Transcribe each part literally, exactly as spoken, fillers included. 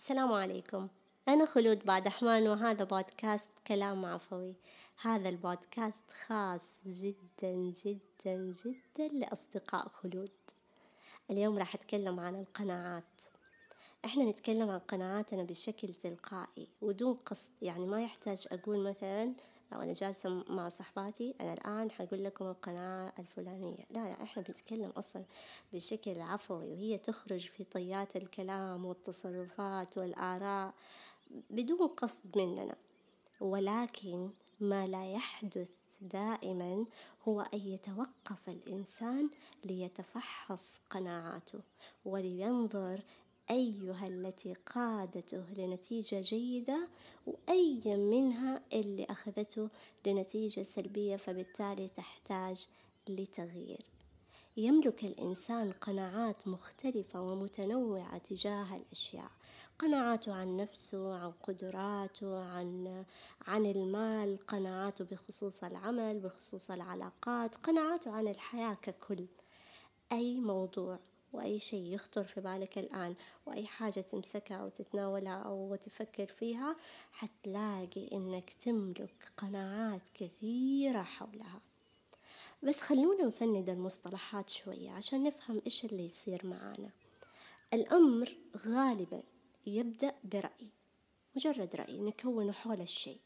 السلام عليكم. أنا خلود بعدحمان وهذا بودكاست كلام عفوي. هذا البودكاست خاص جدا جدا جدا لأصدقاء خلود. اليوم راح أتكلم عن القناعات. إحنا نتكلم عن قناعاتنا بشكل تلقائي ودون قصد، يعني ما يحتاج أقول مثلا لو أنا جالسة مع صحباتي أنا الآن حقول لكم القناعة الفلانية، لا لا إحنا بنتكلم أصلا بشكل عفوي، وهي تخرج في طيات الكلام والتصرفات والآراء بدون قصد مننا. ولكن ما لا يحدث دائما هو أن يتوقف الإنسان ليتفحص قناعاته ولينظر أيها التي قادته لنتيجة جيدة وأي منها اللي أخذته لنتيجة سلبية، فبالتالي تحتاج لتغيير. يملك الإنسان قناعات مختلفة ومتنوعة تجاه الأشياء، قناعاته عن نفسه، عن قدراته، عن عن المال، قناعاته بخصوص العمل، بخصوص العلاقات، قناعاته عن الحياة ككل. أي موضوع وأي شيء يخطر في بالك الآن وأي حاجة تمسكها أو تتناولها أو تفكر فيها، حتلاقي إنك تملك قناعات كثيرة حولها. بس خلونا نفند المصطلحات شوية عشان نفهم إيش اللي يصير معانا. الأمر غالبا يبدأ برأي، مجرد رأي نكونه حول الشيء،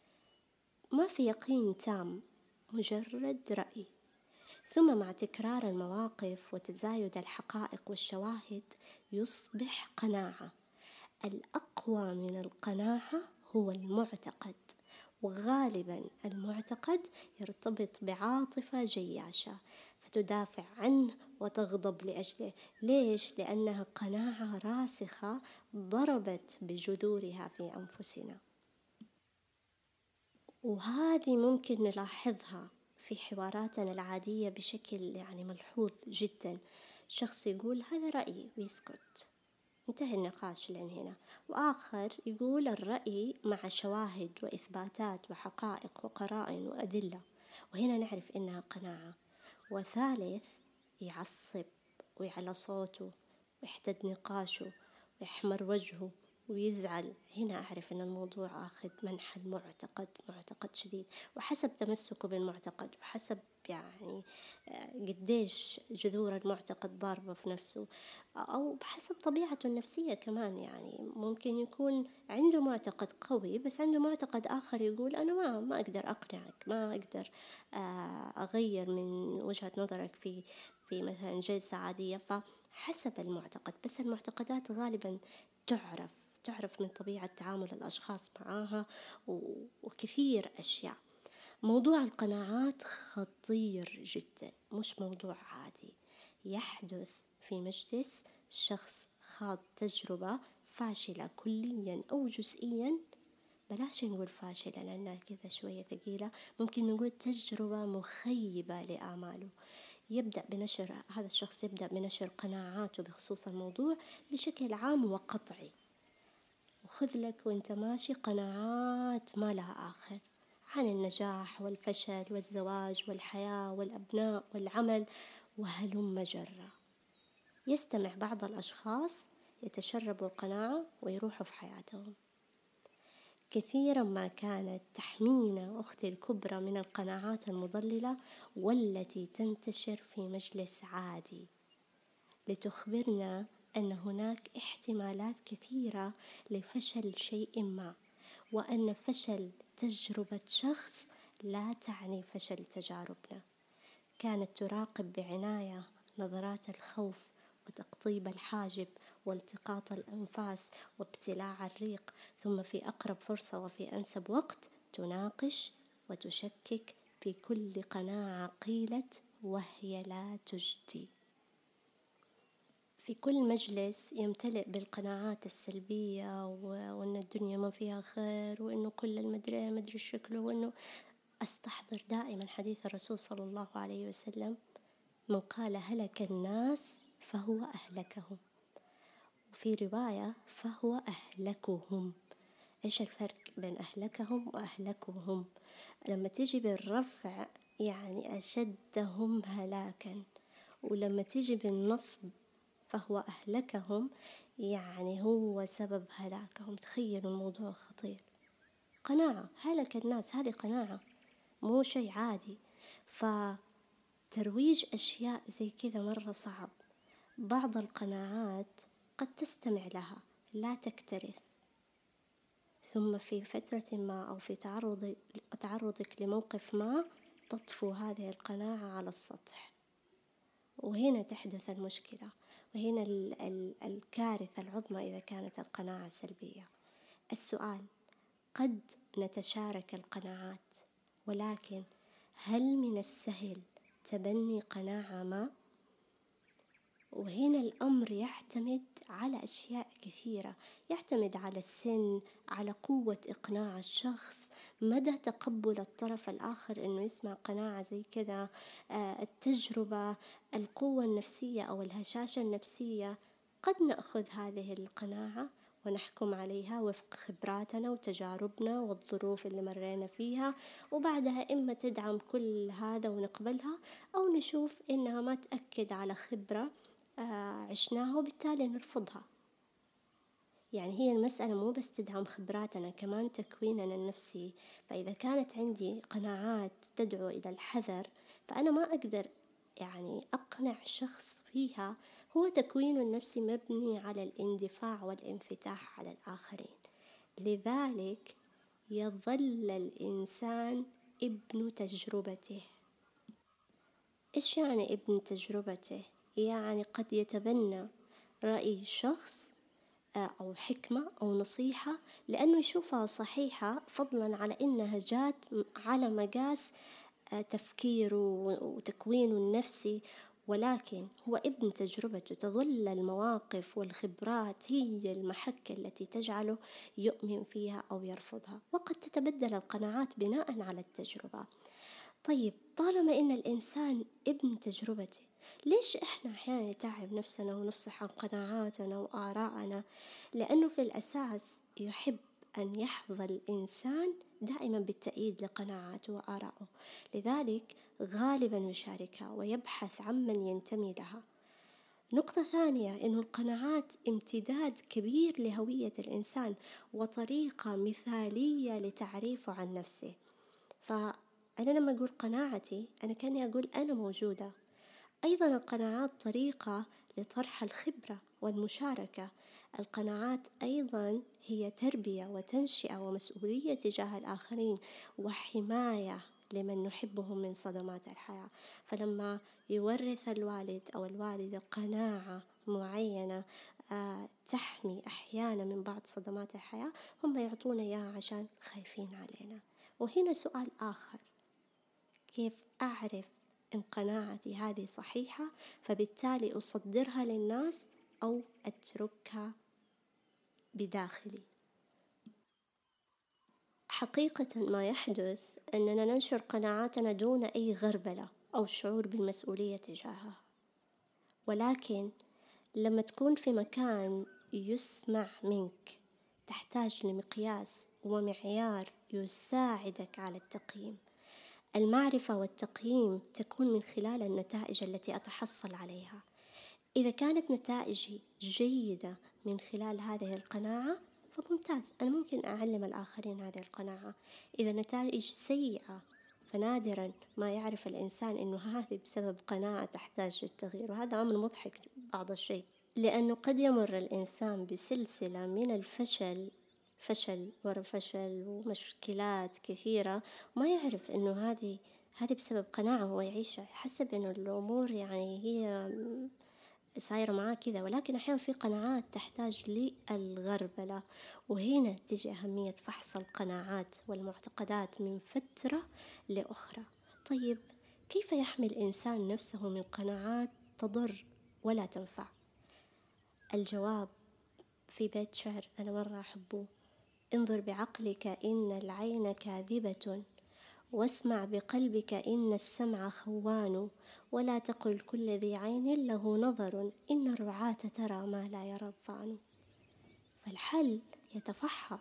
ما في يقين تام، مجرد رأي. ثم مع تكرار المواقف وتزايد الحقائق والشواهد يصبح قناعة. الأقوى من القناعة هو المعتقد، وغالبا المعتقد يرتبط بعاطفة جياشة فتدافع عنه وتغضب لأجله. ليش؟ لأنها قناعة راسخة ضربت بجذورها في أنفسنا، وهذه ممكن نلاحظها في حواراتنا العادية بشكل يعني ملحوظ جدا. شخص يقول هذا رأيي ويسكت، انتهى النقاش لين هنا، وآخر يقول الرأي مع شواهد وإثباتات وحقائق وقرائن وأدلة، وهنا نعرف إنها قناعة. وثالث يعصب ويعلى صوته ويحتد نقاشه ويحمر وجهه ويزعل، هنا أعرف أن الموضوع أخذ منحى المعتقد، معتقد شديد، وحسب تمسكه بالمعتقد وحسب يعني قديش جذور المعتقد ضاربة في نفسه، أو بحسب طبيعته النفسية كمان. يعني ممكن يكون عنده معتقد قوي بس عنده معتقد آخر يقول أنا ما ما أقدر أقنعك، ما أقدر أغير من وجهة نظرك في في مثلا جلسة عادية. فحسب المعتقد، بس المعتقدات غالبا تعرف تعرف من طبيعة تعامل الأشخاص معها وكثير أشياء. موضوع القناعات خطير جدا، مش موضوع عادي. يحدث في مجلس شخص خاض تجربة فاشلة كليا أو جزئيا، بلاش نقول فاشلة لأنها كذا شوية ثقيلة، ممكن نقول تجربة مخيبة لآماله. يبدأ بنشر هذا الشخص يبدأ بنشر قناعاته بخصوص الموضوع بشكل عام وقطعي، وخذ لك وانت ماشي قناعات ما لها آخر عن النجاح والفشل والزواج والحياة والأبناء والعمل وهلم جرة. يستمع بعض الأشخاص يتشربوا القناعة ويروحوا في حياتهم. كثيرا ما كانت تحمينا أختي الكبرى من القناعات المضللة والتي تنتشر في مجلس عادي لتخبرنا أن هناك احتمالات كثيرة لفشل شيء ما، وأن فشل تجربة شخص لا تعني فشل تجاربنا. كانت تراقب بعناية نظرات الخوف وتقطيب الحاجب والتقاط الأنفاس وابتلاع الريق، ثم في أقرب فرصة وفي أنسب وقت تناقش وتشكك في كل قناعة قيلت وهي لا تجدي. في كل مجلس يمتلئ بالقناعات السلبية وأن الدنيا ما فيها خير وأنه كل المدري مدري شكله، وأنه أستحضر دائما حديث الرسول صلى الله عليه وسلم: من قال هلك الناس فهو أهلكهم، وفي رواية فهو أهلكهم. إيش الفرق بين أهلكهم وأهلكهم؟ لما تيجي بالرفع يعني أشدهم هلاكا، ولما تيجي بالنصب فهو أهلكهم يعني هو سبب هلاكهم. تخيلوا الموضوع خطير. قناعة، هلك الناس، هذه قناعة، مو شيء عادي. فترويج أشياء زي كذا مرة صعب. بعض القناعات قد تستمع لها، لا تكترث، ثم في فترة ما أو في تعرض تعرضك لموقف ما تطفو هذه القناعة على السطح، وهنا تحدث المشكلة، وهنا ال ال الكارثة العظمى إذا كانت القناعة سلبية. السؤال: قد نتشارك القناعات، ولكن هل من السهل تبني قناعة ما؟ وهنا الأمر يعتمد على أشياء كثيرة، يعتمد على السن، على قوة إقناع الشخص، مدى تقبل الطرف الآخر إنه يسمع قناعة زي كذا، آه، التجربة، القوة النفسية أو الهشاشة النفسية. قد نأخذ هذه القناعة ونحكم عليها وفق خبراتنا وتجاربنا والظروف اللي مرينا فيها، وبعدها إما تدعم كل هذا ونقبلها، أو نشوف إنها ما تأكد على خبرة عشناها وبالتالي نرفضها. يعني هي المسألة مو بس تدعم خبراتنا، كمان تكويننا النفسي. فإذا كانت عندي قناعات تدعو إلى الحذر، فأنا ما أقدر يعني أقنع شخص فيها. هو تكوينه النفسي مبني على الاندفاع والانفتاح على الآخرين. لذلك يظل الإنسان ابن تجربته. إيش يعني ابن تجربته؟ يعني قد يتبنى رأي شخص أو حكمة أو نصيحة لأنه يشوفها صحيحة، فضلاً على إنها جات على مقاس تفكيره وتكوينه النفسي، ولكن هو ابن تجربته. تظل المواقف والخبرات هي المحك التي تجعله يؤمن فيها أو يرفضها، وقد تتبدل القناعات بناء على التجربة. طيب، طالما إن الإنسان ابن تجربته، ليش إحنا أحيانا نتعب نفسنا ونفصح عن قناعاتنا وآراءنا؟ لأنه في الأساس يحب أن يحظى الإنسان دائما بالتأييد لقناعاته وآرائه، لذلك غالبا يشاركها ويبحث عمن ينتمي لها. نقطة ثانية، إنه القناعات امتداد كبير لهوية الإنسان وطريقة مثالية لتعريفه عن نفسه. فأنا لما أقول قناعتي، أنا كأني أقول أنا موجودة. أيضا القناعات طريقة لطرح الخبرة والمشاركة. القناعات أيضا هي تربية وتنشئة ومسؤولية تجاه الآخرين وحماية لمن نحبهم من صدمات الحياة. فلما يورث الوالد أو الوالدة قناعة معينة آه تحمي أحيانا من بعض صدمات الحياة، هم يعطونا إياها عشان خايفين علينا. وهنا سؤال آخر: كيف أعرف إن قناعتي هذه صحيحة فبالتالي أصدرها للناس أو أتركها بداخلي؟ حقيقة ما يحدث أننا ننشر قناعاتنا دون أي غربلة أو شعور بالمسؤولية تجاهها، ولكن لما تكون في مكان يسمع منك تحتاج لمقياس ومعيار يساعدك على التقييم. المعرفة والتقييم تكون من خلال النتائج التي أتحصل عليها. إذا كانت نتائجي جيدة من خلال هذه القناعة فممتاز، أنا ممكن أعلم الآخرين هذه القناعة. إذا نتائج سيئة فنادرا ما يعرف الإنسان إنه هذه بسبب قناعة تحتاج للتغيير، وهذا أمر مضحك بعض الشيء، لأنه قد يمر الإنسان بسلسلة من الفشل، فشل ورا فشل ومشكلات كثيرة، ما يعرف إنه هذه هذه بسبب قناعة هو يعيشها، يحسب إنه الأمور يعني هي صايرة معاه كذا، ولكن أحيانا في قناعات تحتاج للغربلة. وهنا تجي أهمية فحص القناعات والمعتقدات من فترة لأخرى. طيب، كيف يحمي الإنسان نفسه من قناعات تضر ولا تنفع؟ الجواب في بيت شعر أنا مرة أحبه: انظر بعقلك إن العين كاذبة، واسمع بقلبك إن السمع خوان، ولا تقل كل ذي عين له نظر، إن الرعاة ترى ما لا يرى الظان. فالحل يتفحص،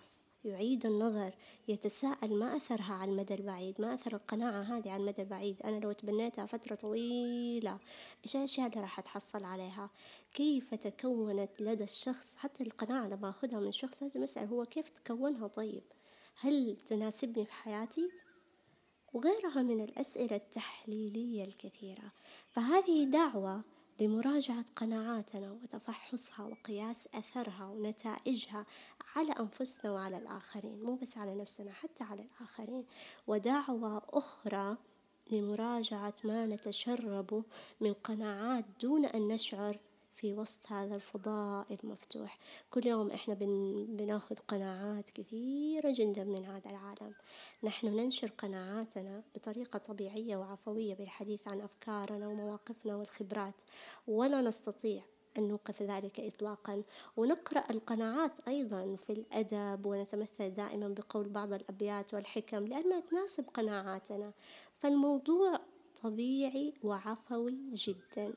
يعيد النظر، يتساءل ما أثرها على المدى البعيد، ما أثر القناعة هذه على المدى البعيد، أنا لو تبنيتها فترة طويلة إيش الأشياء اللي راح أتحصل عليها، كيف تكونت لدى الشخص. حتى القناعة لما أخذها من شخص لازم أسأل هو كيف تكونها، طيب هل تناسبني في حياتي؟ وغيرها من الأسئلة التحليلية الكثيرة. فهذه دعوة لمراجعة قناعاتنا وتفحصها وقياس أثرها ونتائجها على أنفسنا وعلى الآخرين، مو بس على نفسنا، حتى على الآخرين. ودعوة أخرى لمراجعة ما نتشرب من قناعات دون أن نشعر في وسط هذا الفضاء المفتوح. كل يوم إحنا بن... بناخذ قناعات كثيرة جدا من هذا العالم. نحن ننشر قناعاتنا بطريقة طبيعية وعفوية بالحديث عن أفكارنا ومواقفنا والخبرات، ولا نستطيع أن نوقف ذلك إطلاقا. ونقرأ القناعات أيضا في الأدب، ونتمثل دائما بقول بعض الأبيات والحكم لأنها تناسب قناعاتنا. فالموضوع طبيعي وعفوي جدا.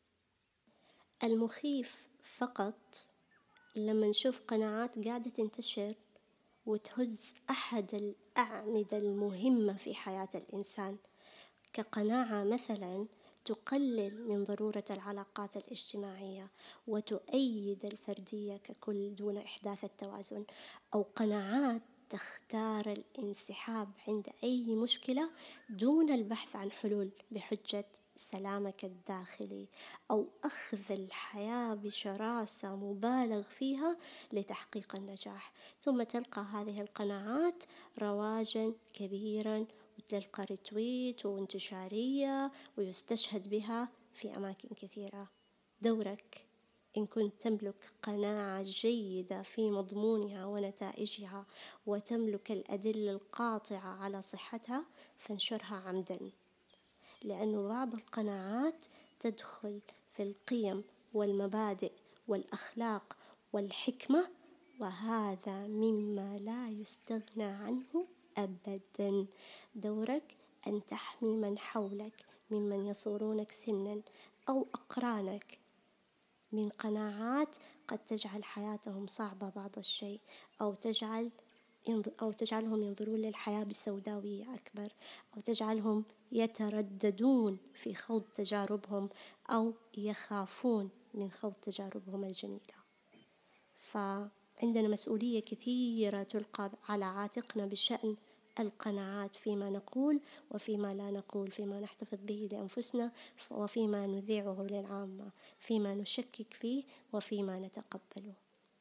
المخيف فقط لما نشوف قناعات قاعدة تنتشر وتهز أحد الأعمدة المهمة في حياة الإنسان، كقناعة مثلا تقلل من ضرورة العلاقات الاجتماعية وتؤيد الفردية ككل دون إحداث التوازن، أو قناعات تختار الانسحاب عند أي مشكلة دون البحث عن حلول بحجة سلامك الداخلي، أو أخذ الحياة بشراسة مبالغ فيها لتحقيق النجاح. ثم تلقى هذه القناعات رواجا كبيرا، وتلقى ريتويت وانتشارية ويستشهد بها في أماكن كثيرة. دورك إن كنت تملك قناعة جيدة في مضمونها ونتائجها وتملك الأدلة القاطعة على صحتها فانشرها عمدا، لأن بعض القناعات تدخل في القيم والمبادئ والأخلاق والحكمة، وهذا مما لا يستغنى عنه أبدا. دورك أن تحمي من حولك ممن يصورونك سنا أو أقرانك من قناعات قد تجعل حياتهم صعبة بعض الشيء، أو تجعل أو تجعلهم ينظرون للحياة بسوداوية أكبر، أو تجعلهم يترددون في خوض تجاربهم أو يخافون من خوض تجاربهم الجميلة. فعندنا مسؤولية كثيرة تلقى على عاتقنا بشأن القناعات فيما نقول وفيما لا نقول، فيما نحتفظ به لأنفسنا وفيما نذيعه للعامة، فيما نشكك فيه وفيما نتقبله.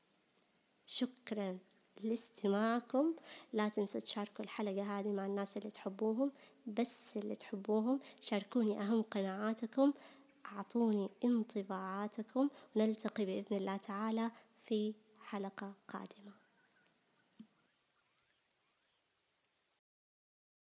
شكرا لاستماعكم. لا تنسوا تشاركوا الحلقة هذه مع الناس اللي تحبوهم، بس اللي تحبوهم. شاركوني أهم قناعاتكم، أعطوني انطباعاتكم، ونلتقي بإذن الله تعالى في حلقة قادمة.